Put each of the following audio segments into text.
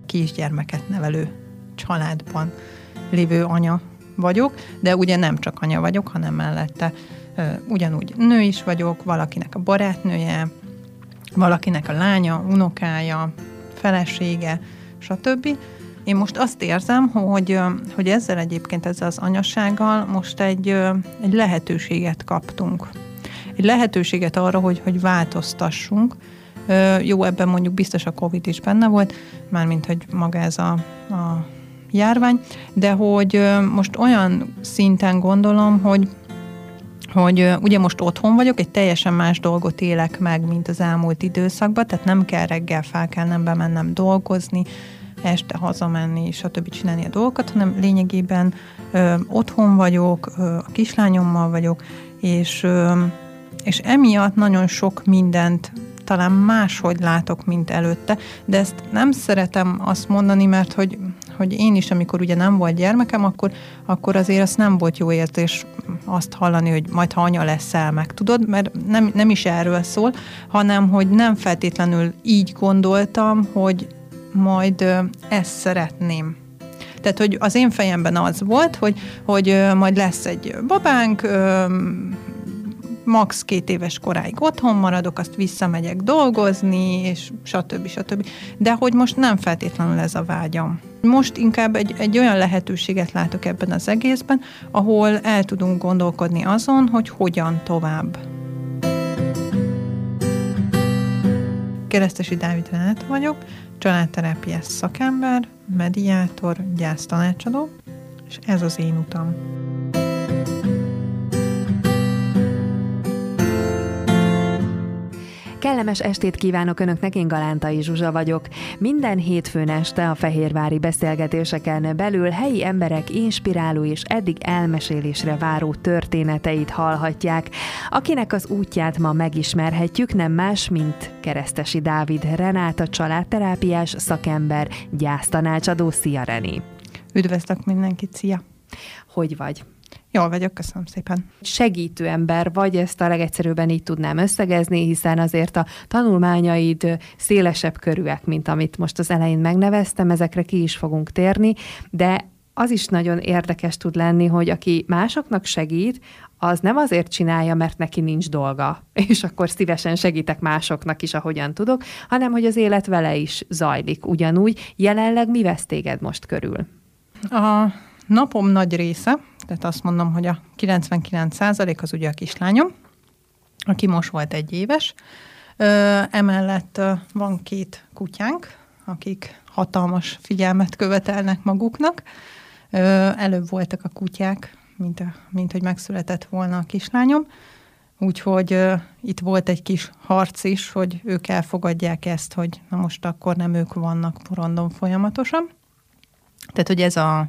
kisgyermeket nevelő családban lévő anya vagyok, de ugye nem csak anya vagyok, hanem mellette ugyanúgy nő is vagyok, valakinek a barátnője, valakinek a lánya, unokája, felesége, stb. Én most azt érzem, hogy ezzel egyébként, ezzel az anyasággal most egy lehetőséget kaptunk. Egy lehetőséget arra, hogy változtassunk. Jó, ebben mondjuk biztos a Covid is benne volt, mármint, hogy maga ez a járvány, de hogy most olyan szinten gondolom, hogy ugye most otthon vagyok, egy teljesen más dolgot élek meg, mint az elmúlt időszakban, tehát nem kell reggel felkelnem, bemennem dolgozni, este hazamenni, stb. Csinálni a dolgokat, hanem lényegében otthon vagyok, a kislányommal vagyok, és emiatt nagyon sok mindent talán máshogy látok, mint előtte, de ezt nem szeretem azt mondani, mert hogy én is, amikor ugye nem volt gyermekem, akkor azért az nem volt jó érzés azt hallani, hogy majd ha anya leszel, meg tudod, mert nem is erről szól, hanem hogy nem feltétlenül így gondoltam, hogy majd ezt szeretném. Tehát, hogy az én fejemben az volt, hogy majd lesz egy babánk, max 2 éves koráig otthon maradok, azt visszamegyek dolgozni, és stb. De hogy most nem feltétlenül ez a vágyam. Most inkább egy olyan lehetőséget látok ebben az egészben, ahol el tudunk gondolkodni azon, hogy hogyan tovább. Keresztesi Dávid Renata vagyok, családterápiás szakember, mediátor, gyásztanácsadó, és ez az én utam. Kellemes estét kívánok Önöknek, én Galántai Zsuzsa vagyok. Minden hétfőn este a fehérvári beszélgetéseken belül helyi emberek inspiráló és eddig elmesélésre váró történeteit hallhatják. Akinek az útját ma megismerhetjük, nem más, mint Keresztesi Dávid Renata, családterápiás szakember, gyásztanácsadó. Szia, Reni! Üdvözlök mindenkit, szia! Hogy vagy? Jól vagyok, köszönöm szépen. Segítő ember vagy, ezt a legegyszerűbben így tudnám összegezni, hiszen azért a tanulmányaid szélesebb körűek, mint amit most az elején megneveztem, ezekre ki is fogunk térni, de az is nagyon érdekes tud lenni, hogy aki másoknak segít, az nem azért csinálja, mert neki nincs dolga, és akkor szívesen segítek másoknak is, ahogyan tudok, hanem hogy az élet vele is zajlik ugyanúgy. Jelenleg mi vesz téged most körül? A napom nagy része, tehát azt mondom, hogy a 99% az ugye a kislányom, aki most volt 1 éves. Emellett van 2 kutyánk, akik hatalmas figyelmet követelnek maguknak. Előbb voltak a kutyák, mint hogy megszületett volna a kislányom. Úgyhogy itt volt egy kis harc is, hogy ők elfogadják ezt, hogy na most akkor nem ők vannak porondon folyamatosan. Tehát, hogy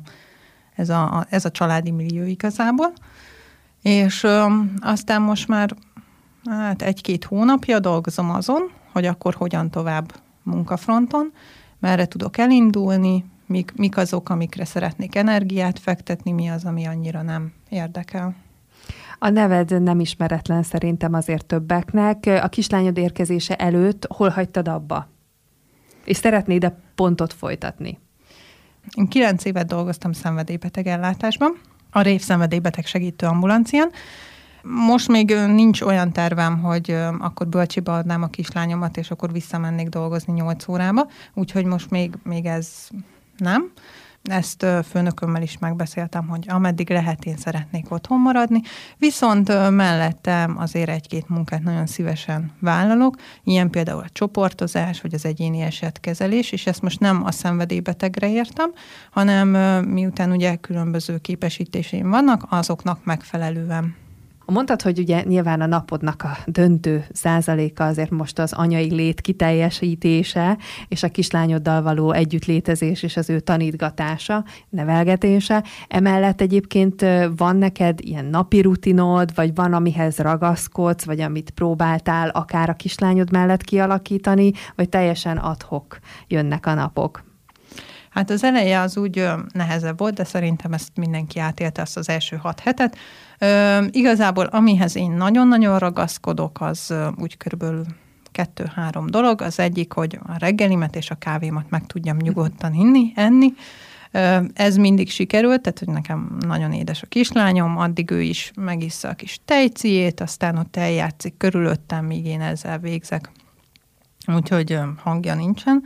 ez a családi millió igazából. És aztán most már 1-2 hónapja dolgozom azon, hogy akkor hogyan tovább munkafronton, merre tudok elindulni, mik azok, amikre szeretnék energiát fektetni, mi az, ami annyira nem érdekel. A neved nem ismeretlen szerintem azért többeknek. A kislányod érkezése előtt hol hagytad abba? És szeretnéd-e pontot folytatni? Én 9 évet dolgoztam szenvedélybeteg ellátásban, a Rév szenvedélybeteg segítő ambulancián. Most még nincs olyan tervem, hogy akkor bölcsibe adnám a kislányomat, és akkor visszamennék dolgozni 8 órába, úgyhogy most még ez nem. Ezt főnökömmel is megbeszéltem, hogy ameddig lehet, én szeretnék otthon maradni, viszont mellettem azért 1-2 munkát nagyon szívesen vállalok, ilyen például a csoportozás, vagy az egyéni esetkezelés, és ezt most nem a szenvedélybetegre értem, hanem miután ugye különböző képesítéseim vannak, azoknak megfelelően. Mondtad, hogy ugye nyilván a napodnak a döntő százaléka azért most az anyai lét kiteljesítése, és a kislányoddal való együttlétezés és az ő tanítgatása, nevelgetése. Emellett egyébként van neked ilyen napi rutinod, vagy van, amihez ragaszkodsz, vagy amit próbáltál akár a kislányod mellett kialakítani, vagy teljesen ad hoc jönnek a napok? Hát az eleje az úgy nehezebb volt, de szerintem ezt mindenki átélte, azt az első 6 hetet. Igazából amihez én nagyon-nagyon ragaszkodok, az úgy körülbelül 2-3 dolog. Az egyik, hogy a reggelimet és a kávémat meg tudjam nyugodtan enni. Ez mindig sikerült, tehát hogy nekem nagyon édes a kislányom, addig ő is megissza a kis tejciét, aztán ott eljátszik körülöttem, míg én ezzel végzek. Úgyhogy hangja nincsen.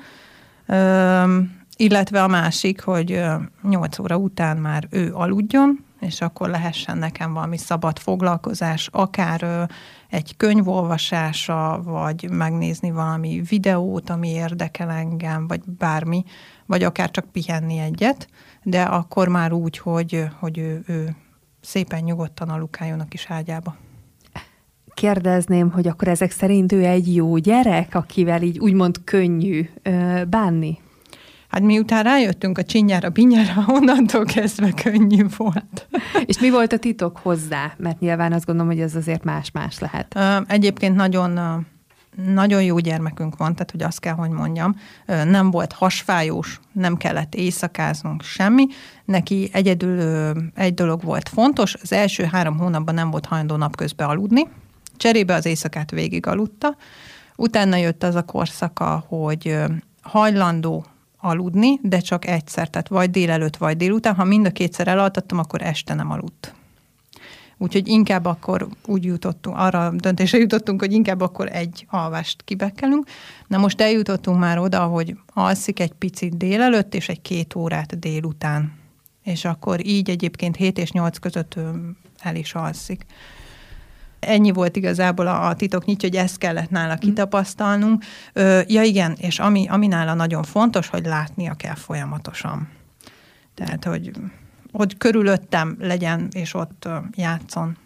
Illetve a másik, hogy 8 óra után már ő aludjon, és akkor lehessen nekem valami szabad foglalkozás, akár egy könyvolvasása, vagy megnézni valami videót, ami érdekel engem, vagy bármi, vagy akár csak pihenni egyet, de akkor már úgy, hogy ő szépen nyugodtan alukáljon a kis ágyába. Kérdezném, hogy akkor ezek szerint ő egy jó gyerek, akivel így úgymond könnyű bánni? Hát miután rájöttünk a csinyára, binyára, onnantól kezdve könnyű volt. És mi volt a titok hozzá? Mert nyilván azt gondolom, hogy ez azért más-más lehet. Egyébként nagyon jó gyermekünk van, tehát hogy azt kell, hogy mondjam. Nem volt hasfájós, nem kellett éjszakáznunk, semmi. Neki egyedül egy dolog volt fontos, az első 3 hónapban nem volt hajlandó napközben aludni. Cserébe az éjszakát végig aludta. Utána jött az a korszaka, hogy hajlandó aludni, de csak egyszer, tehát vagy délelőtt, vagy délután. Ha mind a kétszer elaltattam, akkor este nem aludt. Úgyhogy inkább akkor úgy jutottunk, arra döntésre jutottunk, hogy inkább akkor egy alvást kibekkelünk. Na most eljutottunk már oda, hogy alszik egy picit délelőtt, és egy 2 órát délután. És akkor így egyébként 7 és 8 között el is alszik. Ennyi volt igazából a titok nyitja, hogy ezt kellett nála kitapasztalnunk. Ja igen, és ami nála nagyon fontos, hogy látnia kell folyamatosan. Tehát, hogy körülöttem legyen, és ott játszon.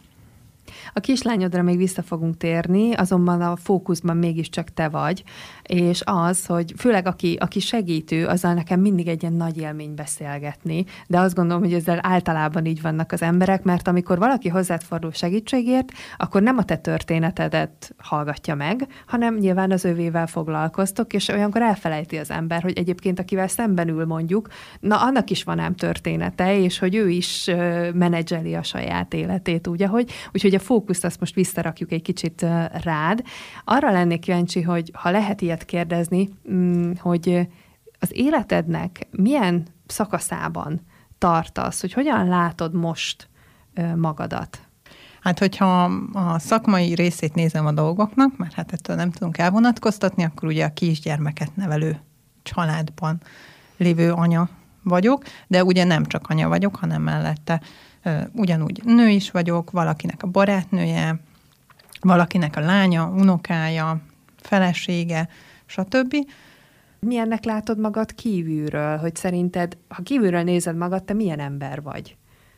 A kislányodra még vissza fogunk térni, azonban a fókuszban mégiscsak te vagy, és az, hogy főleg aki segítő, azzal nekem mindig egy ilyen nagy élmény beszélgetni, de azt gondolom, hogy ezzel általában így vannak az emberek, mert amikor valaki hozzád fordul segítségért, akkor nem a te történetedet hallgatja meg, hanem nyilván az övével foglalkoztok, és olyankor elfelejti az ember, hogy egyébként akivel szemben ül mondjuk, na annak is van ám története, és hogy ő is menedzseli a saját életét úgy, ahogy, úgyhogy a fókuszt azt most visszarakjuk egy kicsit rád. Arra lennék kíváncsi, hogy ha lehet ilyet kérdezni, hogy az életednek milyen szakaszában tartasz, hogy hogyan látod most magadat? Hát, hogyha a szakmai részét nézem a dolgoknak, mert hát ettől nem tudunk elvonatkoztatni, akkor ugye a kisgyermeket nevelő családban lévő anya vagyok, de ugye nem csak anya vagyok, hanem mellette ugyanúgy nő is vagyok, valakinek a barátnője, valakinek a lánya, unokája, felesége, stb. Milyennek látod magad kívülről, hogy szerinted, ha kívülről nézed magad, te milyen ember vagy?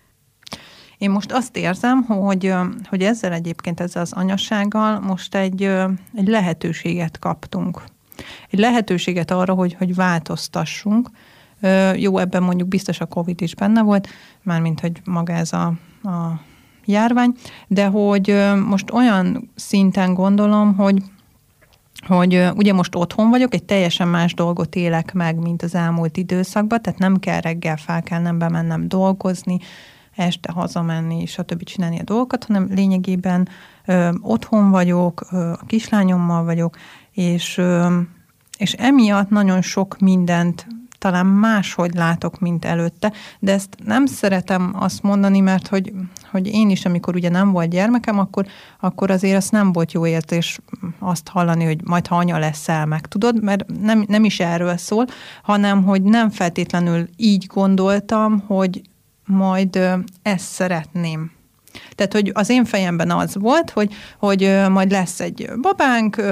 Én most azt érzem, hogy ezzel egyébként, ezzel az anyasággal most egy lehetőséget kaptunk. Egy lehetőséget arra, hogy változtassunk. Jó, ebben mondjuk biztos a Covid is benne volt, mármint, hogy maga ez a járvány, de hogy most olyan szinten gondolom, hogy ugye most otthon vagyok, egy teljesen más dolgot élek meg, mint az elmúlt időszakban, tehát nem kell reggel felkelnem, bemennem dolgozni, este hazamenni, stb. Csinálni a dolgokat, hanem lényegében otthon vagyok, a kislányommal vagyok, és emiatt nagyon sok mindent talán máshogy látok, mint előtte, de ezt nem szeretem azt mondani, mert hogy én is, amikor ugye nem volt gyermekem, akkor azért az nem volt jó érzés azt hallani, hogy majd ha anya leszel, meg tudod, mert nem is erről szól, hanem hogy nem feltétlenül így gondoltam, hogy majd ezt szeretném. Tehát, hogy az én fejemben az volt, hogy majd lesz egy babánk,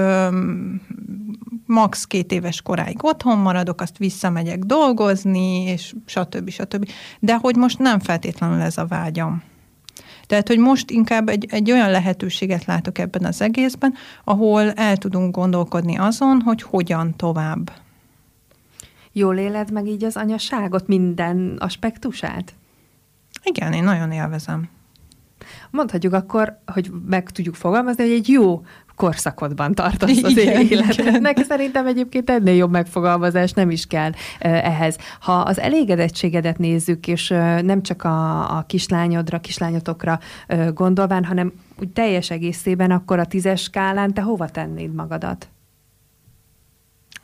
max 2 éves koráig otthon maradok, azt visszamegyek dolgozni, és stb. De hogy most nem feltétlenül ez a vágyam. Tehát, hogy most inkább egy olyan lehetőséget látok ebben az egészben, ahol el tudunk gondolkodni azon, hogy hogyan tovább. Jól éled meg így az anyaságot, minden aspektusát? Igen, én nagyon élvezem. Mondhatjuk akkor, hogy meg tudjuk fogalmazni, hogy egy jó korszakodban tartasz az életednek. Szerintem egyébként ennél jobb megfogalmazás nem is kell ehhez. Ha az elégedettségedet nézzük, és nem csak a kislányotokra gondolván, hanem úgy teljes egészében, akkor a 10-es skálán te hova tennéd magadat?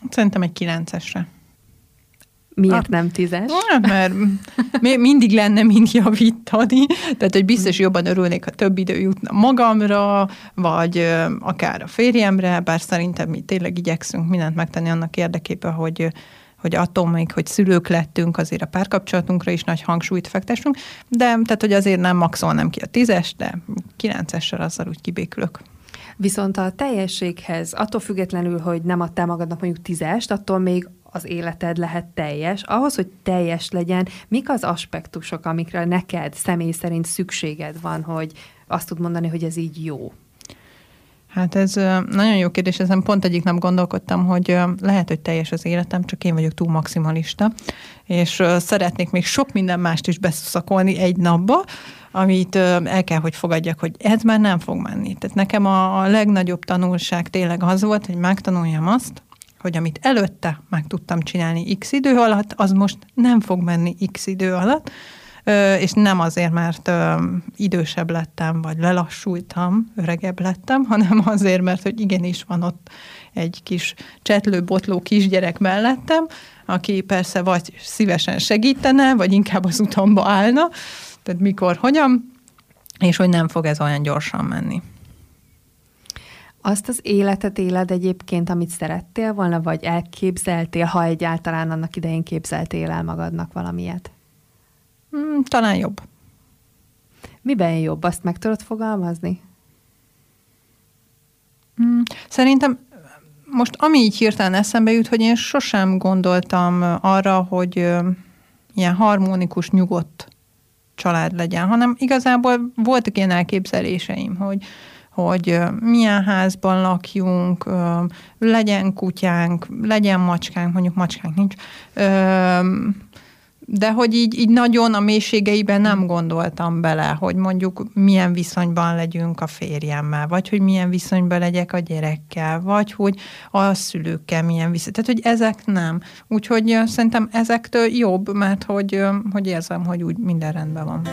Szerintem egy 9-esre. Miért nem 10-es? Hát, mert mindig lenne mind javítani, tehát hogy biztos jobban örülnék, ha több idő jutna magamra, vagy akár a férjemre, bár szerintem mi tényleg igyekszünk mindent megtenni annak érdekében, hogy attól még, hogy szülők lettünk, azért a párkapcsolatunkra is nagy hangsúlyt fektessünk, de tehát, hogy azért nem maxolnám ki a 10-es, de 9-essel azzal úgy kibékülök. Viszont a teljességhez, attól függetlenül, hogy nem adtál magadnak mondjuk 10-est, attól még az életed lehet teljes. Ahhoz, hogy teljes legyen, mik az aspektusok, amikre neked személy szerint szükséged van, hogy azt tud mondani, hogy ez így jó? Hát ez nagyon jó kérdés, ezen pont egyik nap gondolkodtam, hogy lehet, hogy teljes az életem, csak én vagyok túl maximalista, és szeretnék még sok minden mást is beszuszakolni egy napba, amit el kell, hogy fogadjak, hogy ez már nem fog menni. Tehát nekem a legnagyobb tanulság tényleg az volt, hogy megtanuljam azt, hogy amit előtte meg tudtam csinálni x idő alatt, az most nem fog menni x idő alatt, és nem azért, mert idősebb lettem, vagy lelassultam, öregebb lettem, hanem azért, mert hogy igenis van ott egy kis csetlő-botló kisgyerek mellettem, aki persze vagy szívesen segítene, vagy inkább az utamba állna, tehát mikor, hogyan, és hogy nem fog ez olyan gyorsan menni. Azt az életet éled egyébként, amit szerettél volna, vagy elképzeltél, ha egyáltalán annak idején képzeltél el magadnak valamilyet? Talán jobb. Miben jobb? Azt meg tudod fogalmazni? Szerintem most ami így hirtelen eszembe jut, hogy én sosem gondoltam arra, hogy ilyen harmonikus, nyugodt család legyen, hanem igazából voltak ilyen elképzeléseim, hogy milyen házban lakjunk, legyen kutyánk, legyen macskánk, mondjuk macskánk nincs, de hogy így nagyon a mélységeiben nem gondoltam bele, hogy mondjuk milyen viszonyban legyünk a férjemmel, vagy hogy milyen viszonyban legyek a gyerekkel, vagy hogy a szülőkkel milyen viszony. Tehát, hogy ezek nem. Úgyhogy szerintem ezektől jobb, mert hogy érzem, hogy úgy minden rendben van.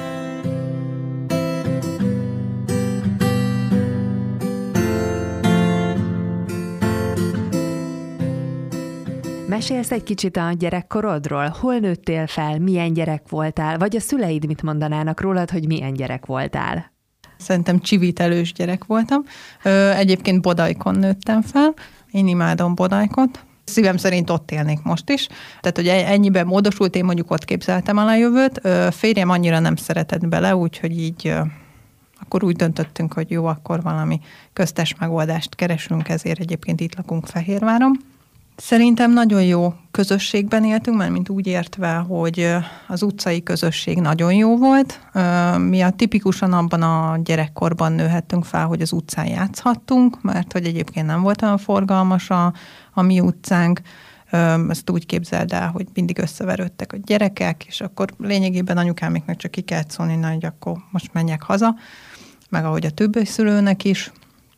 Mesélsz egy kicsit a gyerekkorodról? Hol nőttél fel? Milyen gyerek voltál? Vagy a szüleid mit mondanának rólad, hogy milyen gyerek voltál? Szerintem csivitelős gyerek voltam. Egyébként Bodajkon nőttem fel. Én imádom Bodajkot. Szívem szerint ott élnék most is. Tehát, hogy ennyiben módosult, én mondjuk ott képzeltem el a jövőt. Férjem annyira nem szeretett bele, úgyhogy így akkor úgy döntöttünk, hogy jó, akkor valami köztes megoldást keresünk, ezért egyébként itt lakunk Fehérváron. Szerintem nagyon jó közösségben éltünk, mert mint úgy értve, hogy az utcai közösség nagyon jó volt. Mi tipikusan abban a gyerekkorban nőhettünk fel, hogy az utcán játszhattunk, mert hogy egyébként nem volt olyan forgalmas a mi utcánk. Ezt úgy képzeld el, hogy mindig összeverődtek a gyerekek, és akkor lényegében anyukáméknak csak ki kellett szólni, hogy akkor most menjek haza, meg ahogy a többi szülőnek is.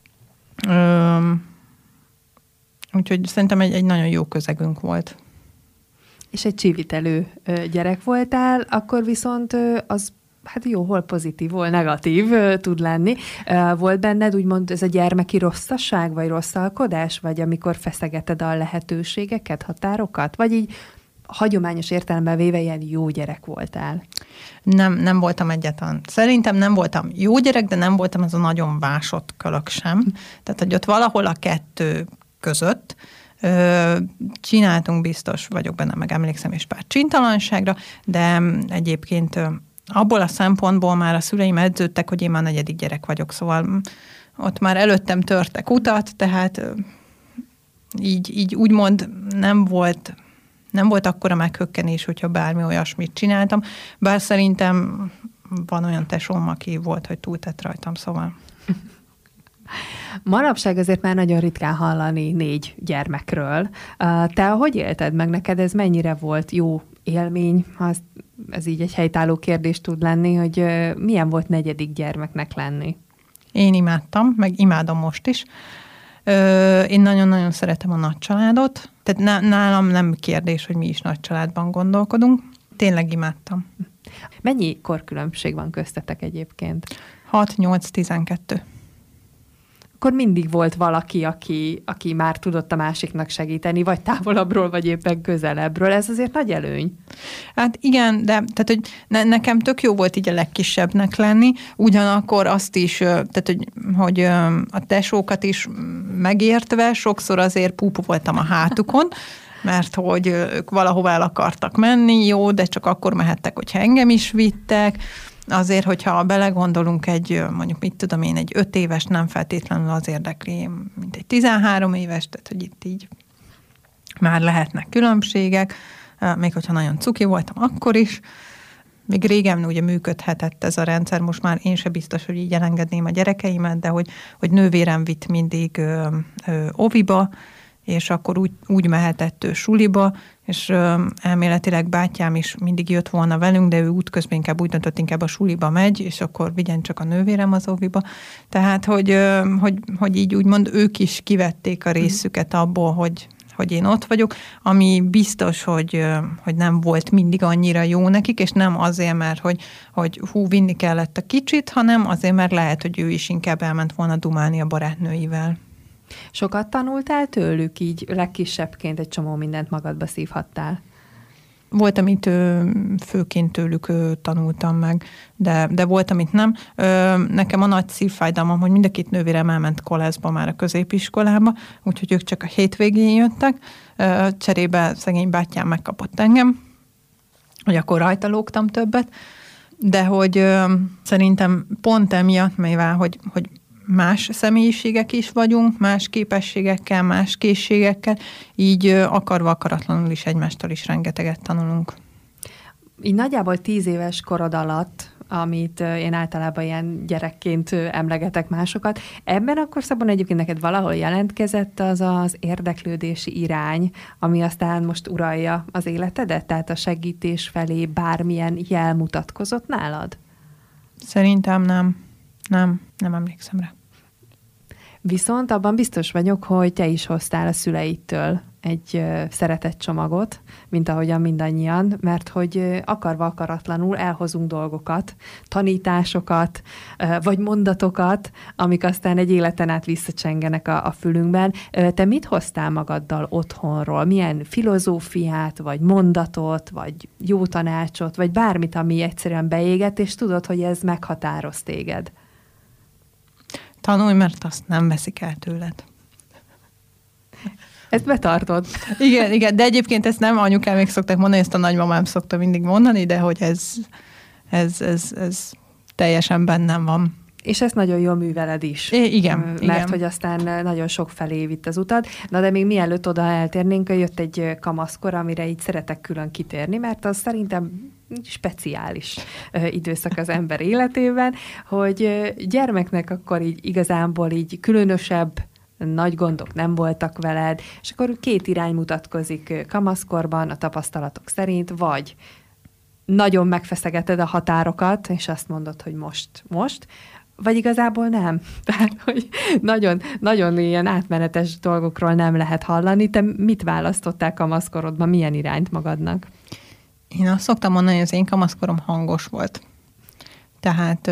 Úgyhogy szerintem egy nagyon jó közegünk volt. És egy csivitelő gyerek voltál, akkor viszont az hát jó, hol pozitív, hol negatív tud lenni. Volt benned úgymond ez a gyermeki rosszasság, vagy rosszalkodás, vagy amikor feszegeted a lehetőségeket, határokat, vagy így hagyományos értelemben véve ilyen jó gyerek voltál? Nem voltam egyáltalán. Szerintem nem voltam jó gyerek, de nem voltam az a nagyon vásott kölök sem. Tehát, hogy ott valahol a kettő között csináltunk, biztos vagyok benne, meg emlékszem is pár csintalanságra, de egyébként abból a szempontból már a szüleim edződtek, hogy én már 4. gyerek vagyok, szóval ott már előttem törtek utat, tehát így úgymond nem volt akkora meghökkenés, hogyha bármi olyasmit csináltam, bár szerintem van olyan tesóm, aki volt, hogy túltett rajtam, szóval... Manapság azért már nagyon ritkán hallani 4 gyermekről. Te hogy élted meg? Neked ez mennyire volt jó élmény? Ez így egy helytálló kérdés tud lenni, hogy milyen volt 4. gyermeknek lenni? Én imádtam, meg imádom most is. Én nagyon-nagyon szeretem a nagy családot. Tehát nálam nem kérdés, hogy mi is nagy családban gondolkodunk. Tényleg imádtam. Mennyi korkülönbség van köztetek egyébként? 6-8-12. akkor mindig volt valaki, aki már tudott a másiknak segíteni, vagy távolabbról, vagy éppen közelebbről. Ez azért nagy előny. Hát igen, de tehát, hogy nekem tök jó volt így a legkisebbnek lenni, ugyanakkor azt is, tehát, hogy a tesókat is megértve, sokszor azért púpu voltam a hátukon, mert hogy ők valahova el akartak menni, jó, de csak akkor mehettek, hogyha engem is vittek. Azért, hogyha belegondolunk mondjuk mit tudom én, egy 5 éves nem feltétlenül az érdekli, mint egy 13 éves, tehát hogy itt így már lehetnek különbségek, még hogyha nagyon cuki voltam akkor is. Még régen ugye működhetett ez a rendszer, most már én se biztos, hogy így elengedném a gyerekeimet, de hogy nővérem vitt mindig óviba, és akkor úgy mehetett ő suliba, és elméletileg bátyám is mindig jött volna velünk, de ő útközben inkább úgy döntött, inkább a suliba megy, és akkor vigyen csak a nővérem az óviba. Tehát, hogy így úgymond ők is kivették a részüket abból, hogy én ott vagyok, ami biztos, hogy nem volt mindig annyira jó nekik, és nem azért, mert hogy vinni kellett a kicsit, hanem azért, mert lehet, hogy ő is inkább elment volna dumálni a barátnőivel. Sokat tanultál tőlük, így legkisebbként egy csomó mindent magadba szívhattál? Volt, amit főként tőlük tanultam meg, de volt, amit nem. Nekem a nagy szívfájdalmam, hogy mind a 2 nővérem elment koleszba már a középiskolába, úgyhogy ők csak a hétvégén jöttek. Cserébe szegény bátyám megkapott engem, hogy akkor rajta lógtam többet, de hogy szerintem pont emiatt, mivel hogy más személyiségek is vagyunk, más képességekkel, más készségekkel, így akarva akaratlanul is egymástól is rengeteget tanulunk. Így nagyjából 10 éves korod alatt, amit én általában ilyen gyerekként emlegetek másokat, ebben a korszakban egyébként neked valahol jelentkezett az az érdeklődési irány, ami aztán most uralja az életedet? Tehát a segítés felé bármilyen jel mutatkozott nálad? Szerintem nem. Nem emlékszem rá. Viszont abban biztos vagyok, hogy te is hoztál a szüleidtől egy szeretetcsomagot, mint ahogyan mindannyian, mert hogy akarva akaratlanul elhozunk dolgokat, tanításokat, vagy mondatokat, amik aztán egy életen át visszacsengenek a fülünkben. Te mit hoztál magaddal otthonról? Milyen filozófiát, vagy mondatot, vagy jó tanácsot, vagy bármit, ami egyszerűen beégett, és tudod, hogy ez meghatároz téged? Tanulj, mert azt nem veszik el tőled. Ezt betartod. Igen, de egyébként ezt nem anyukám még szokták mondani, ezt a nagymamám szokta mindig mondani, de hogy ez teljesen bennem van. És ezt nagyon jól műveled is. Mert hogy aztán nagyon sok felé vitt az utad. Na de még mielőtt oda eltérnénk, jött egy kamaszkor, amire így szeretek külön kitérni, mert az szerintem speciális időszak az ember életében, hogy gyermeknek akkor így igazából így különösebb nagy gondok nem voltak veled, és akkor 2 irány mutatkozik kamaszkorban a tapasztalatok szerint, vagy nagyon megfeszegeted a határokat, és azt mondod, hogy most, vagy igazából nem. Tehát, hogy nagyon, nagyon ilyen átmenetes dolgokról nem lehet hallani. Te mit választottál kamaszkorodban, milyen irányt magadnak? Én azt szoktam mondani, hogy az én kamaszkorom hangos volt. Tehát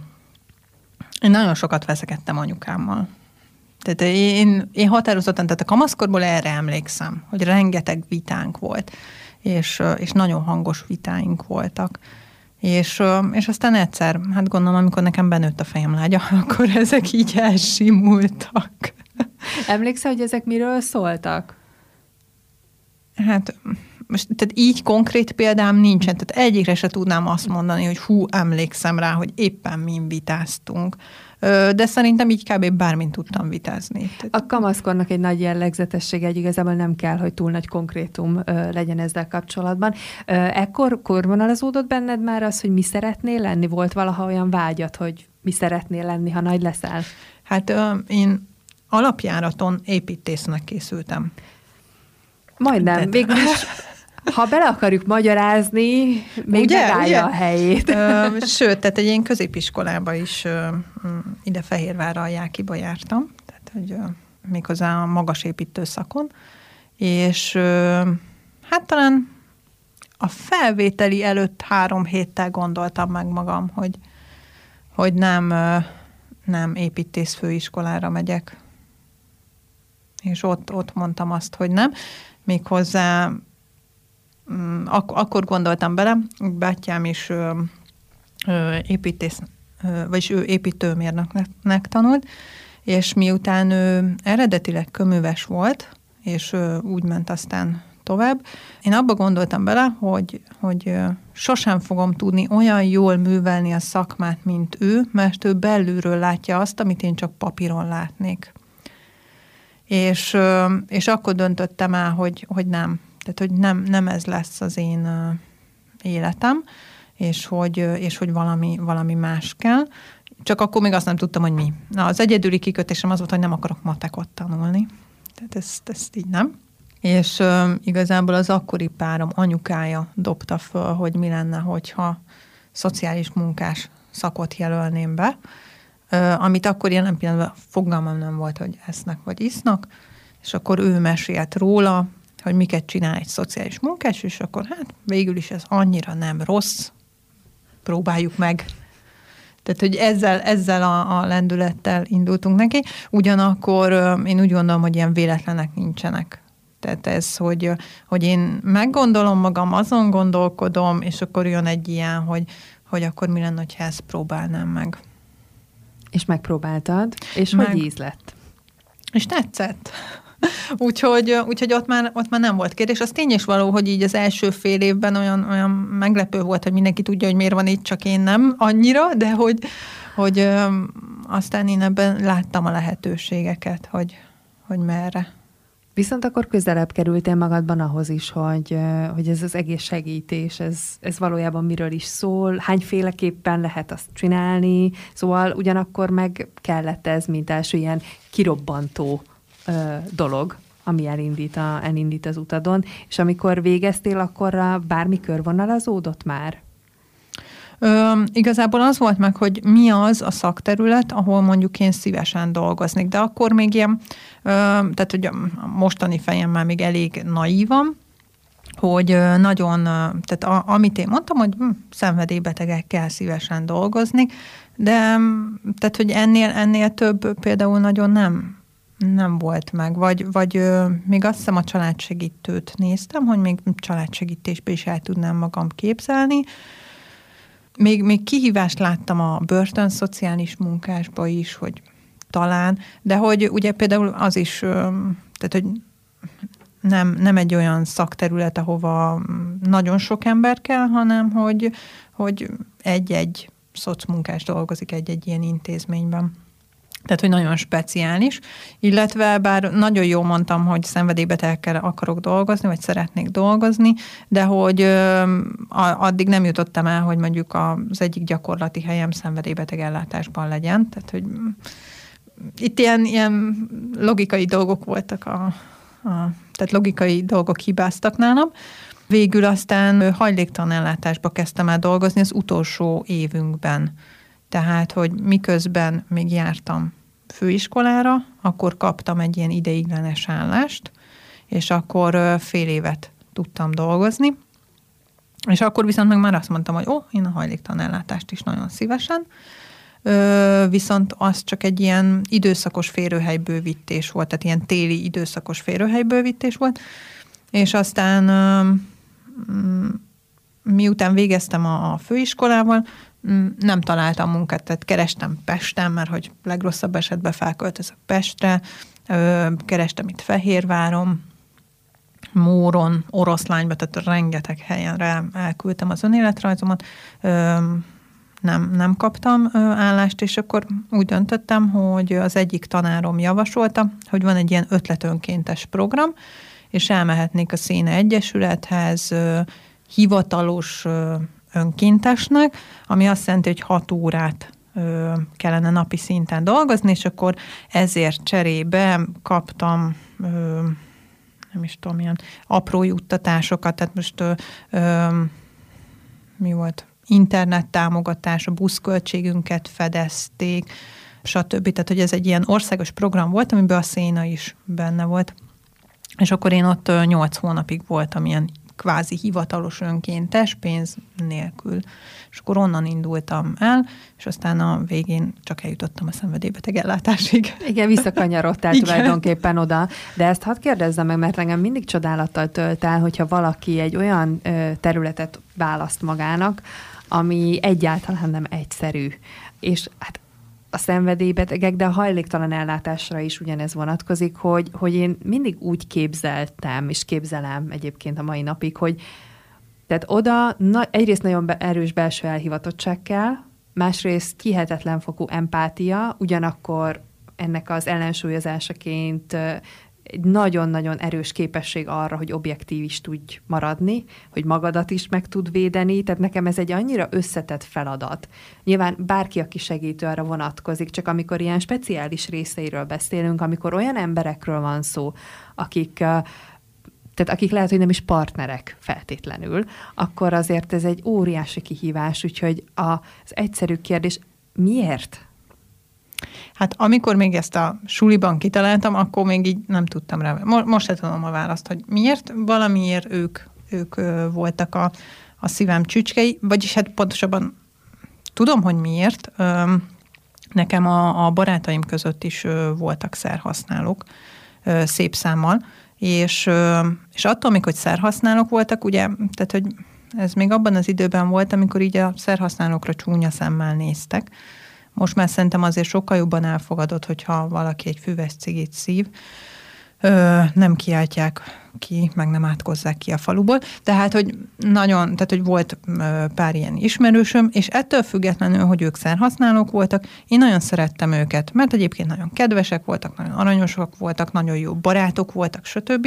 én nagyon sokat veszekedtem anyukámmal. Tehát én határozottan, tehát a kamaszkorból erre emlékszem, hogy rengeteg vitánk volt, és nagyon hangos vitáink voltak. És aztán egyszer, hát gondolom, amikor nekem benőtt a fejem lágya, akkor ezek így elsimultak. Emlékszel, hogy ezek miről szóltak? Hát most tehát így konkrét példám nincsen, tehát egyikre se tudnám azt mondani, hogy emlékszem rá, hogy éppen min vitáztunk. De szerintem így kb. Bármint tudtam vitázni. A kamaszkornak egy nagy jellegzetessége, hogy igazából nem kell, hogy túl nagy konkrétum legyen ezzel kapcsolatban. Ekkor körvonalazódott benned már az, hogy mi szeretnél lenni? Volt valaha olyan vágyat, hogy mi szeretnél lenni, ha nagy leszel? Hát én alapjáraton építésznek készültem. Majdnem, végül is, ha bele akarjuk magyarázni, még megállja a helyét. Sőt, tehát egy ilyen középiskolába is ide Fehérvárra a Jákiba jártam, tehát hogy méghozzá a magas építő szakon, és hát talán a felvételi előtt 3 héttel gondoltam meg magam, hogy nem építészfőiskolára megyek. És ott mondtam azt, hogy nem. Méghozzá akkor gondoltam bele, bátyám is építész, vagyis ő építőmérnöknek tanult, és miután ő eredetileg köműves volt, és úgy ment aztán tovább, én abba gondoltam bele, hogy sosem fogom tudni olyan jól művelni a szakmát, mint ő, mert ő belülről látja azt, amit én csak papíron látnék. És akkor döntöttem el, hogy nem. Tehát, hogy nem ez lesz az én életem, és hogy valami más kell. Csak akkor még azt nem tudtam, hogy mi. Na, az egyedüli kikötésem az volt, hogy nem akarok matekot tanulni. Tehát ezt így nem. És igazából az akkori párom anyukája dobta föl, hogy mi lenne, hogyha szociális munkás szakot jelölném be, amit akkor jelen pillanatban fogalmam nem volt, hogy esznek vagy isznak, és akkor ő mesélt róla, hogy miket csinál egy szociális munkás, és akkor hát végül is ez annyira nem rossz, próbáljuk meg. Tehát, hogy ezzel a lendülettel indultunk neki. Ugyanakkor én úgy gondolom, hogy ilyen véletlenek nincsenek. Tehát ez, hogy én meggondolom magam, azon gondolkodom, és akkor jön egy ilyen, hogy akkor mi lenne, hogyha ezt próbálnám meg. És megpróbáltad, és hogy íz lett? És tetszett. Úgyhogy ott már nem volt kérdés. Az tény is való, hogy így az első fél évben olyan meglepő volt, hogy mindenki tudja, hogy miért van itt, csak én nem annyira, de hogy aztán én ebben láttam a lehetőségeket, hogy merre. Viszont akkor közelebb kerültél magadban ahhoz is, hogy ez az egész segítés, ez valójában miről is szól, hányféleképpen lehet azt csinálni, szóval ugyanakkor meg kellett ez, mint első ilyen kirobbantó dolog, ami elindít az utadon, és amikor végeztél, akkor bármi körvonalazódott már? Igazából az volt meg, hogy mi az a szakterület, ahol mondjuk én szívesen dolgoznék, de akkor még ilyen, tehát hogy a mostani fejemmel még elég naívan, hogy nagyon, tehát amit én mondtam, hogy szenvedélybetegekkel szívesen dolgozni, de tehát, hogy ennél több például nagyon nem volt meg, vagy még azt hiszem a családsegítőt néztem, hogy még családsegítésbe is el tudnám magam képzelni. Még kihívást láttam a börtön szociális munkásba is, hogy talán, de hogy ugye például az is, tehát hogy nem egy olyan szakterület, ahova nagyon sok ember kell, hanem hogy egy szocmunkás dolgozik egy ilyen intézményben. Tehát, hogy nagyon speciális, illetve bár nagyon jól mondtam, hogy szenvedélybetegekkel akarok dolgozni, vagy szeretnék dolgozni, de hogy addig nem jutottam el, hogy mondjuk az egyik gyakorlati helyem szenvedélybeteg ellátásban legyen. Tehát, hogy itt ilyen logikai dolgok voltak, tehát logikai dolgok hibáztak nálam. Végül aztán hajléktalan ellátásba kezdtem el dolgozni az utolsó évünkben. Tehát, hogy miközben még jártam főiskolára, akkor kaptam egy ilyen ideiglenes állást, és akkor fél évet tudtam dolgozni. És akkor viszont meg már azt mondtam, hogy én a hajléktalan ellátást is nagyon szívesen, viszont az csak egy ilyen időszakos férőhelybővítés volt, tehát ilyen téli időszakos férőhelybővítés volt, és aztán miután végeztem a főiskolával, nem találtam munkát, tehát kerestem Pesten, mert hogy legrosszabb esetben felköltözök Pestre, kerestem itt Fehérváron, Móron, Oroszlányba, tehát rengeteg helyenre elküldtem az önéletrajzomat, nem kaptam állást, és akkor úgy döntöttem, hogy az egyik tanárom javasolta, hogy van egy ilyen ötletönkéntes program, és elmehetnék a Széna Egyesülethez hivatalos önkéntesnek, ami azt jelenti, hogy 6 órát kellene napi szinten dolgozni, és akkor ezért cserébe kaptam nem is tudom, ilyen apró juttatásokat, tehát most mi volt? Internet támogatás, a buszköltségünket fedezték, stb. Tehát, hogy ez egy ilyen országos program volt, amiben a Széna is benne volt. És akkor én ott 8 hónapig voltam ilyen kvázi hivatalos önkéntes, pénz nélkül. És akkor onnan indultam el, és aztán a végén csak eljutottam a szenvedélybeteg ellátásig. Igen, visszakanyarodtál tulajdonképpen oda. De ezt hadd kérdezzem meg, mert engem mindig csodálattal tölt el, hogyha valaki egy olyan területet választ magának, ami egyáltalán nem egyszerű. És hát a szenvedélybetegek, de a hajléktalan ellátásra is ugyanez vonatkozik, hogy én mindig úgy képzeltem, és képzelem egyébként a mai napig, hogy tehát oda egyrészt nagyon erős belső elhivatottság kell, másrészt hihetetlen fokú empátia, ugyanakkor ennek az ellensúlyozásaként egy nagyon-nagyon erős képesség arra, hogy objektív is tudj maradni, hogy magadat is meg tud védeni, tehát nekem ez egy annyira összetett feladat. Nyilván bárki, aki segítő, arra vonatkozik, csak amikor ilyen speciális részeiről beszélünk, amikor olyan emberekről van szó, akik lehet, hogy nem is partnerek feltétlenül, akkor azért ez egy óriási kihívás, úgyhogy az egyszerű kérdés, miért? Hát amikor még ezt a suliban kitaláltam, akkor még így nem tudtam rá. Most se tudom a választ, hogy miért. Valamiért ők voltak a szívem csücskei, vagyis hát pontosabban tudom, hogy miért. Nekem a barátaim között is voltak szerhasználók szép számmal, és attól még, hogy szerhasználók voltak, ugye, tehát hogy ez még abban az időben volt, amikor így a szerhasználókra csúnya szemmel néztek. Most már szerintem azért sokkal jobban elfogadott, hogyha valaki egy füves cigit szív, nem kiáltják ki, meg nem átkozzák ki a faluból. Tehát, hogy volt pár ilyen ismerősöm, és ettől függetlenül, hogy ők szerhasználók voltak, én nagyon szerettem őket, mert egyébként nagyon kedvesek voltak, nagyon aranyosak voltak, nagyon jó barátok voltak, stb.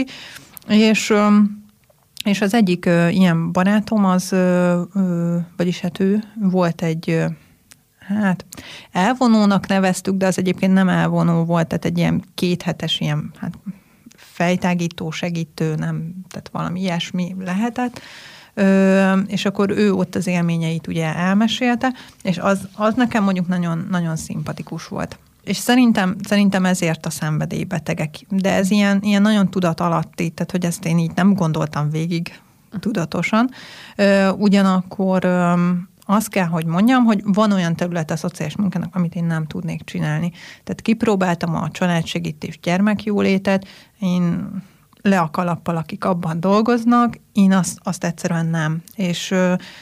És az egyik ilyen barátom vagyis hát ő volt egy elvonónak neveztük, de az egyébként nem elvonó volt, tehát egy ilyen 2 hetes ilyen fejtágító, segítő, nem, tehát valami ilyesmi lehetett. És akkor ő ott az élményeit ugye elmesélte, és az nekem mondjuk nagyon, nagyon szimpatikus volt. És szerintem ezért a szenvedélybetegek. De ez ilyen nagyon tudat alatti, tehát hogy ezt én így nem gondoltam végig tudatosan. Ugyanakkor azt kell, hogy mondjam, hogy van olyan terület a szociális munkának, amit én nem tudnék csinálni. Tehát kipróbáltam a családsegítés, gyermekjólétet, én le a kalappal, akik abban dolgoznak, én azt egyszerűen nem. És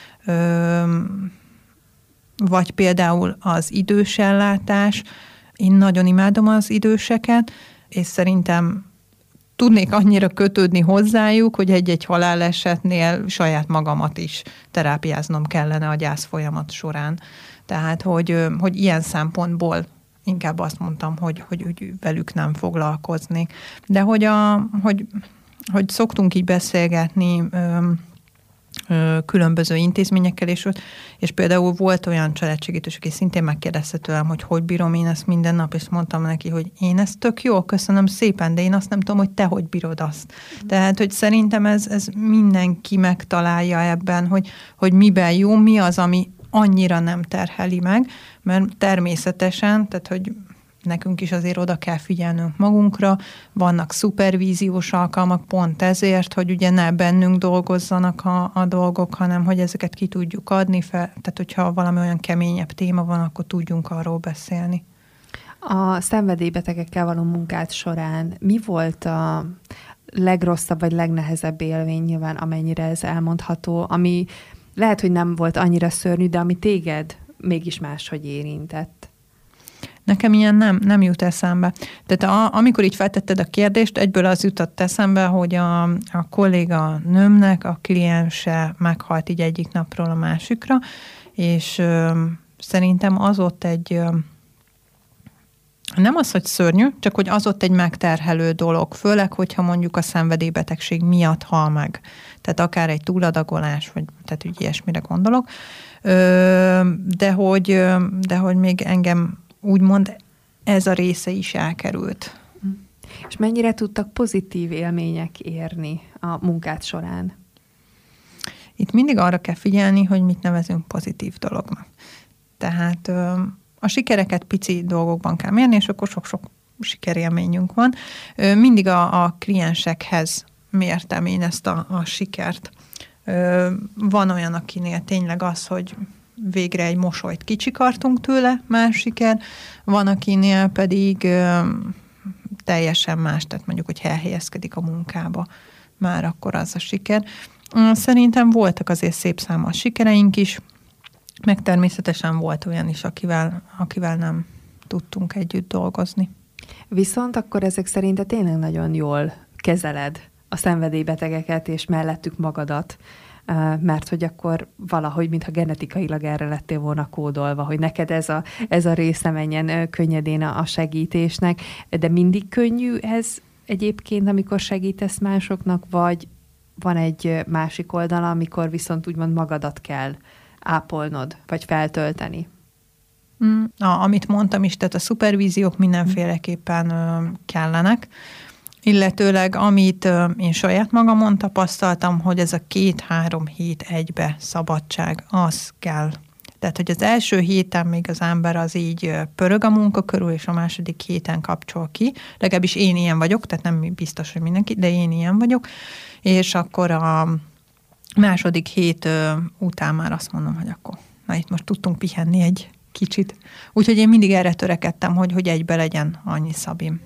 vagy például az idősellátás, én nagyon imádom az időseket, és szerintem tudnék annyira kötődni hozzájuk, hogy egy-egy halálesetnél saját magamat is terápiáznom kellene a gyász folyamat során. Tehát, hogy ilyen szempontból inkább azt mondtam, hogy velük nem foglalkoznék. De hogy szoktunk így beszélgetni különböző intézményekkel, és például volt olyan családsegítős, aki szintén megkérdezte tőlem, hogy bírom én ezt minden nap, és mondtam neki, hogy én ezt tök jó, köszönöm szépen, de én azt nem tudom, hogy te hogy bírod azt. Tehát, hogy szerintem ez mindenki megtalálja ebben, hogy miben jó, mi az, ami annyira nem terheli meg, mert természetesen, tehát, hogy nekünk is azért oda kell figyelnünk magunkra, vannak szupervíziós alkalmak pont ezért, hogy ugye ne bennünk dolgozzanak a dolgok, hanem hogy ezeket ki tudjuk adni fel, tehát hogyha valami olyan keményebb téma van, akkor tudjunk arról beszélni. A szenvedélybetegekkel való munkát során mi volt a legrosszabb vagy legnehezebb élmény, nyilván amennyire ez elmondható, ami lehet, hogy nem volt annyira szörnyű, de ami téged mégis máshogy érintett? Nekem ilyen nem jut eszembe. Tehát amikor így feltetted a kérdést, egyből az jutott eszembe, hogy a kolléga nőmnek a kliense meghalt így egyik napról a másikra, és szerintem az ott egy, nem az, hogy szörnyű, csak hogy az ott egy megterhelő dolog, főleg, hogyha mondjuk a szenvedélybetegség miatt hal meg. Tehát akár egy túladagolás, vagy tehát úgy ilyesmire gondolok. De hogy még engem úgymond ez a része is elkerült. És mennyire tudtak pozitív élmények érni a munkát során? Itt mindig arra kell figyelni, hogy mit nevezünk pozitív dolognak. Tehát a sikereket pici dolgokban kell mérni, és akkor sok-sok sikerélményünk van. Mindig a kliensekhez mértem én ezt a sikert. Van olyan, akinél tényleg az, hogy végre egy mosolyt kicsikartunk tőle, más siker. Van, akinél pedig teljesen más, tehát mondjuk, hogy elhelyezkedik a munkába, már akkor az a siker. Szerintem voltak azért szép számos sikereink is, meg természetesen volt olyan is, akivel nem tudtunk együtt dolgozni. Viszont akkor ezek szerint tényleg nagyon jól kezeled a szenvedélybetegeket, és mellettük magadat, mert hogy akkor valahogy, mintha genetikailag erre lettél volna kódolva, hogy neked ez a része menjen könnyedén a segítésnek, de mindig könnyű ez egyébként, amikor segítesz másoknak, vagy van egy másik oldala, amikor viszont úgymond magadat kell ápolnod, vagy feltölteni? Amit mondtam is, tehát a szupervíziók mindenféleképpen kellenek, illetőleg amit én saját magamon tapasztaltam, hogy ez a 2-3 hét egybe szabadság, az kell. Tehát, hogy az első héten még az ember az így pörög a munka körül, és a második héten kapcsol ki. Legalábbis én ilyen vagyok, tehát nem biztos, hogy mindenki, de én ilyen vagyok. És akkor a második hét után már azt mondom, hogy akkor na itt most tudtunk pihenni egy kicsit. Úgyhogy én mindig erre törekedtem, hogy egybe legyen annyi szabim.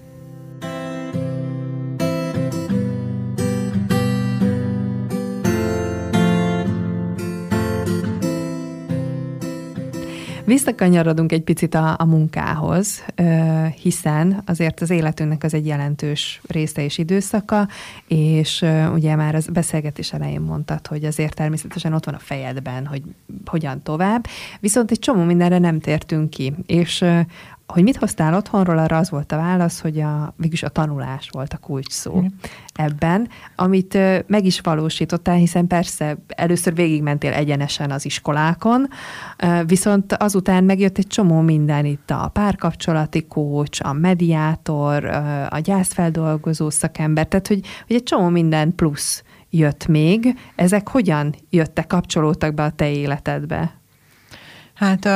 Visszakanyarodunk egy picit a munkához, hiszen azért az életünknek az egy jelentős része és időszaka, és ugye már az beszélgetés elején mondtad, hogy azért természetesen ott van a fejedben, hogy hogyan tovább, viszont egy csomó mindenre nem tértünk ki, és hogy mit hoztál otthonról, arra az volt a válasz, hogy végülis a tanulás volt a kulcs szó ebben, amit meg is valósítottál, hiszen persze először végigmentél egyenesen az iskolákon, viszont azután megjött egy csomó minden itt, a párkapcsolati coach, a mediátor, a gyászfeldolgozó szakember, tehát hogy egy csomó minden plusz jött még. Ezek hogyan jöttek, kapcsolódtak be a te életedbe? Hát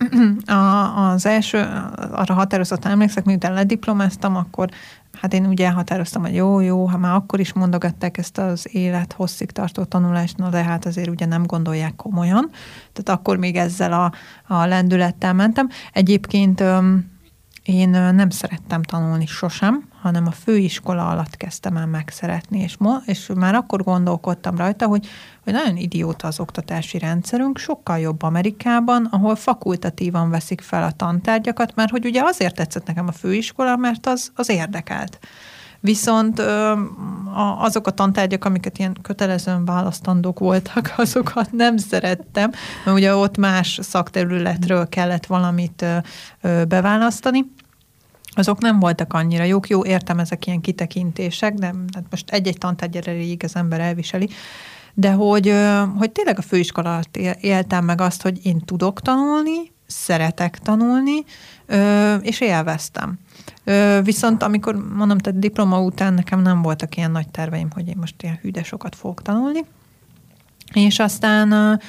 az első, arra határozottan emlékszek, miután lediplomáztam, akkor hát én úgy elhatároztam, hogy jó, ha már akkor is mondogatták ezt az élet hosszig tartó tanulást, no de hát azért ugye nem gondolják komolyan. Tehát akkor még ezzel a lendülettel mentem. Egyébként én nem szerettem tanulni sosem, hanem a főiskola alatt kezdtem el megszeretni, és már akkor gondolkodtam rajta, hogy nagyon idióta az oktatási rendszerünk, sokkal jobb Amerikában, ahol fakultatívan veszik fel a tantárgyakat, mert hogy ugye azért tetszett nekem a főiskola, mert az érdekelt. Viszont azok a tantárgyak, amiket ilyen kötelezően választandók voltak, azokat nem szerettem, mert ugye ott más szakterületről kellett valamit beválasztani. Azok nem voltak annyira jók. Jó, értem, ezek ilyen kitekintések, de hát most egy-egy tantárgyra elég az ember elviseli. De hogy tényleg a főiskola alatt éltem meg azt, hogy én tudok tanulni, szeretek tanulni, és élveztem. Viszont amikor mondom, tehát diploma után nekem nem voltak ilyen nagy terveim, hogy én most ilyen hű de sokat fogok tanulni. És aztán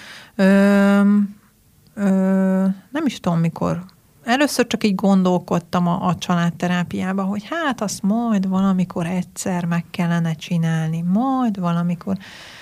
nem is tudom, mikor először csak így gondolkodtam a családterápiába, hogy hát azt majd valamikor egyszer meg kellene csinálni, majd valamikor.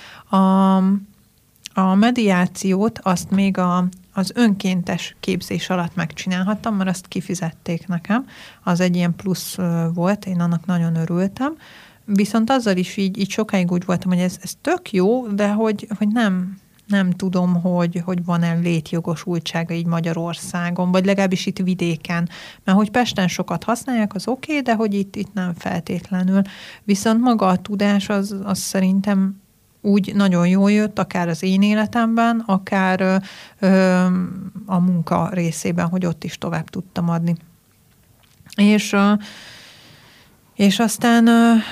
A mediációt azt még az önkéntes képzés alatt megcsinálhattam, mert azt kifizették nekem. Az egy ilyen plusz volt, én annak nagyon örültem. Viszont azzal is így sokáig úgy voltam, hogy ez tök jó, de hogy nem tudom, hogy van-e létjogosultsága így Magyarországon, vagy legalábbis itt vidéken. Mert hogy Pesten sokat használják, az oké, de hogy itt nem feltétlenül. Viszont maga a tudás az szerintem úgy nagyon jól jött, akár az én életemben, akár a munka részében, hogy ott is tovább tudtam adni. És aztán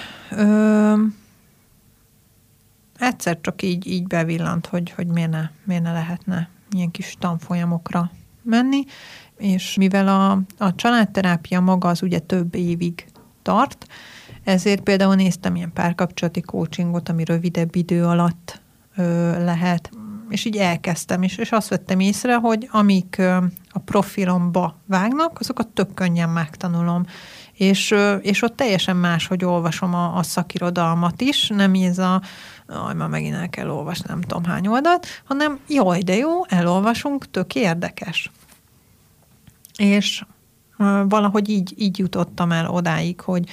egyszer csak így bevillant, hogy miért ne lehetne ilyen kis tanfolyamokra menni, és mivel a családterápia maga az ugye több évig tart, ezért például néztem ilyen párkapcsolati coachingot, ami rövidebb idő alatt lehet, és így elkezdtem, és azt vettem észre, hogy amik a profilomba vágnak, azokat tök könnyen megtanulom. És ott teljesen más, hogy olvasom a szakirodalmat is, nem ez már megint el kell olvasni nem tudom hány oldalt, hanem jaj, de jó, elolvasunk, tök érdekes. És valahogy így jutottam el odáig, hogy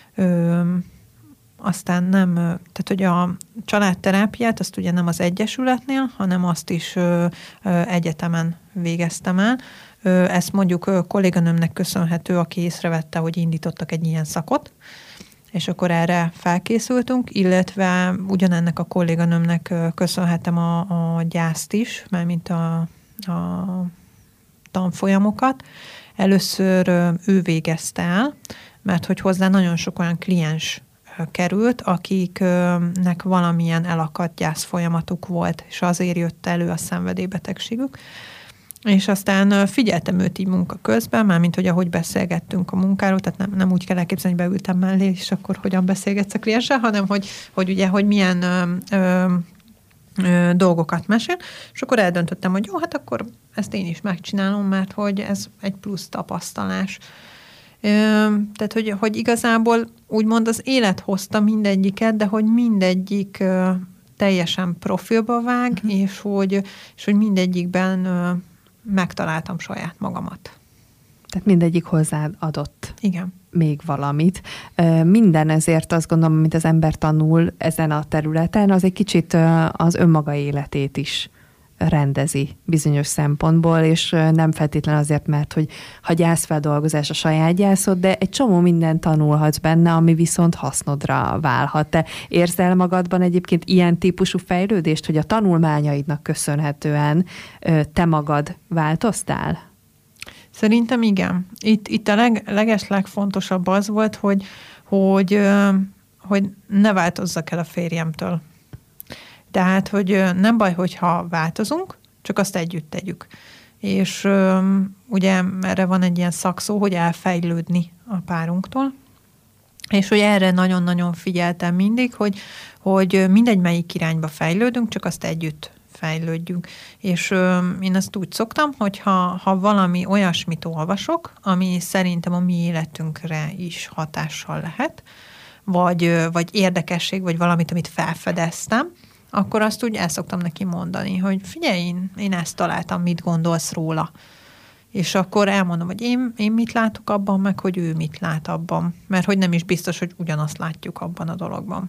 aztán nem, tehát hogy a családterápiát azt ugye nem az Egyesületnél, hanem azt is egyetemen végeztem el. Ezt mondjuk kolléganőmnek köszönhető, aki észrevette, hogy indítottak egy ilyen szakot, és akkor erre felkészültünk, illetve ugyanennek a kolléganőmnek köszönhetem a gyászt is, mármint a tanfolyamokat. Először ő végezte el, mert hogy hozzá nagyon sok olyan kliens került, akiknek valamilyen elakadt gyászfolyamatuk volt, és azért jött elő a szenvedélybetegségük. És aztán figyeltem őt így munka közben, mármint hogy ahogy beszélgettünk a munkáról, tehát nem úgy kell elképzelni, hogy beültem mellé, és akkor hogyan beszélgetsz a klienssel, hanem hogy milyen dolgokat mesél, és akkor eldöntöttem, hogy jó, hát akkor ezt én is megcsinálom, mert hogy ez egy plusz tapasztalás. Tehát, hogy igazából úgymond az élet hozta mindegyiket, de hogy mindegyik teljesen profilba vág, és hogy mindegyikben megtaláltam saját magamat. Tehát mindegyik hozzád adott. Igen. Még valamit. Minden ezért azt gondolom, amit az ember tanul ezen a területen, az egy kicsit az önmaga életét is rendezi bizonyos szempontból, és nem feltétlen azért, mert hogy ha gyászfeldolgozás a saját gyászod, de egy csomó mindent tanulhatsz benne, ami viszont hasznodra válhat. Te érzel magadban egyébként ilyen típusú fejlődést, hogy a tanulmányaidnak köszönhetően te magad változtál? Szerintem igen. Itt a legfontosabb az volt, hogy ne változzak el a férjemtől. Tehát, hogy nem baj, hogyha változunk, csak azt együtt tegyük. És ugye erre van egy ilyen szakszó, hogy elfejlődni a párunktól, és hogy erre nagyon-nagyon figyeltem mindig, hogy mindegy melyik irányba fejlődünk, csak azt együtt fejlődjünk. És én azt úgy szoktam, hogy ha valami olyasmit olvasok, ami szerintem a mi életünkre is hatással lehet, vagy érdekesség, vagy valamit, amit felfedeztem, akkor azt úgy el szoktam neki mondani, hogy figyelj, én ezt találtam, mit gondolsz róla. És akkor elmondom, hogy én mit látok abban, meg hogy ő mit lát abban. Mert hogy nem is biztos, hogy ugyanazt látjuk abban a dologban.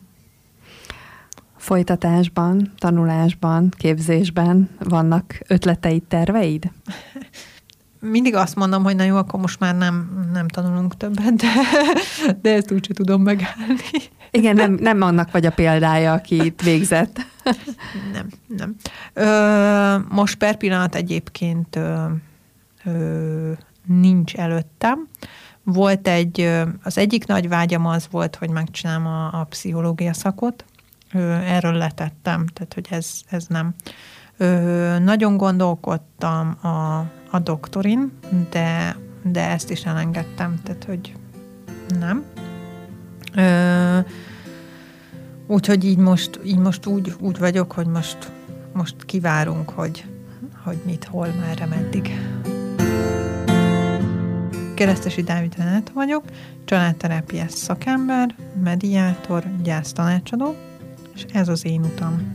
Folytatásban, tanulásban, képzésben vannak ötleteid, terveid? Mindig azt mondom, hogy na jó, akkor most már nem tanulunk többet, de ezt úgyse tudom megállni. Igen, nem annak vagy a példája, aki itt végzett. Nem. Most per pillanat egyébként nincs előttem. Volt az egyik nagy vágyam az volt, hogy megcsinálom a pszichológia szakot. Erről letettem, tehát hogy ez nem. Nagyon gondolkodtam a doktorin, de ezt is elengedtem, tehát hogy nem. Úgyhogy így most úgy vagyok, hogy most kivárunk, hogy mit, hol, merre, meddig. Keresztesi Dávid Renata vagyok, családterápiás szakember, mediátor, gyásztanácsadó, és ez az én utam.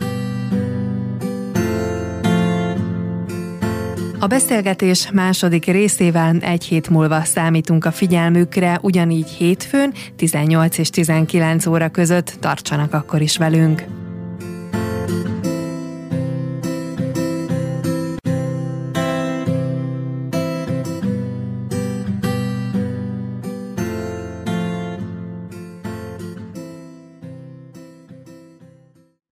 A beszélgetés második részével egy hét múlva számítunk a figyelmükre, ugyanígy hétfőn 18 és 19 óra között, tartsanak akkor is velünk.